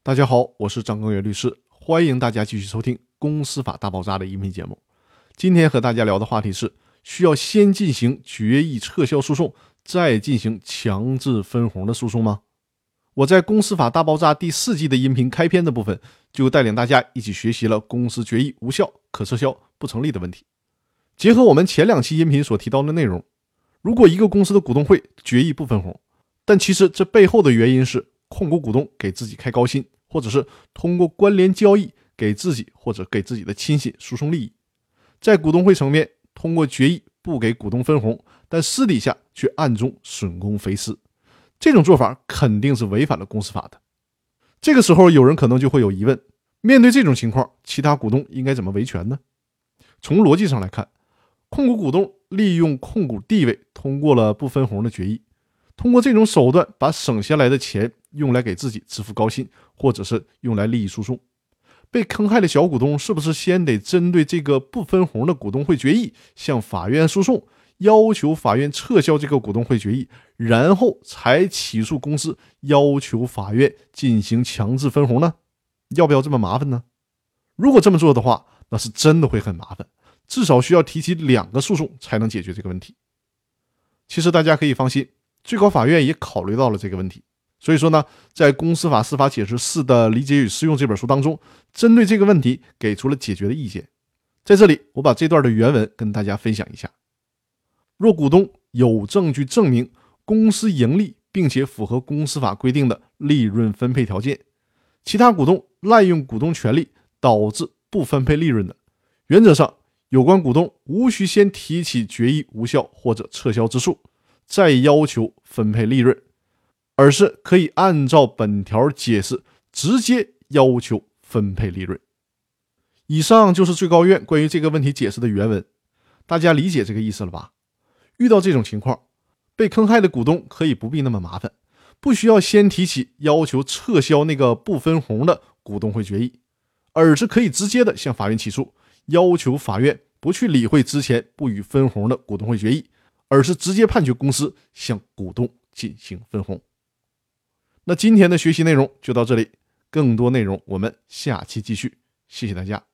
大家好，我是张根源律师，欢迎大家继续收听《公司法大爆炸》的音频节目。今天和大家聊的话题是：需要先进行决议撤销诉讼，再进行强制分红的诉讼吗？我在《公司法大爆炸》第4季的音频开篇的部分，就带领大家一起学习了公司决议无效、可撤销、不成立的问题。结合我们前2期音频所提到的内容，如果一个公司的股东会决议不分红，但其实这背后的原因是控股股东给自己开高薪，或者是通过关联交易给自己或者给自己的亲信输送利益，在股东会层面通过决议不给股东分红，但私底下却暗中损公肥私，这种做法肯定是违反了公司法的。这个时候有人可能就会有疑问，面对这种情况，其他股东应该怎么维权呢？从逻辑上来看，控股股东利用控股地位通过了不分红的决议，通过这种手段把省下来的钱用来给自己支付高薪，或者是用来利益输送。被坑害的小股东是不是先得针对这个不分红的股东会决议向法院诉讼，要求法院撤销这个股东会决议，然后才起诉公司要求法院进行强制分红呢？要不要这么麻烦呢？如果这么做的话，那是真的会很麻烦，至少需要提起2个诉讼才能解决这个问题。其实大家可以放心，最高法院也考虑到了这个问题，所以说呢，在《公司法司法解释4的理解与适用》这本书当中，针对这个问题给出了解决的意见。在这里我把这段的原文跟大家分享一下。若股东有证据证明公司盈利并且符合公司法规定的利润分配条件，其他股东滥用股东权利导致不分配利润的，原则上有关股东无需先提起决议无效或者撤销之诉，再要求分配利润，而是可以按照本条解释直接要求分配利润。以上就是最高院关于这个问题解释的原文，大家理解这个意思了吧？遇到这种情况，被坑害的股东可以不必那么麻烦，不需要先提起要求撤销那个不分红的股东会决议，而是可以直接的向法院起诉，要求法院不去理会之前不予分红的股东会决议，而是直接判决公司向股东进行分红。那今天的学习内容就到这里，更多内容我们下期继续，谢谢大家。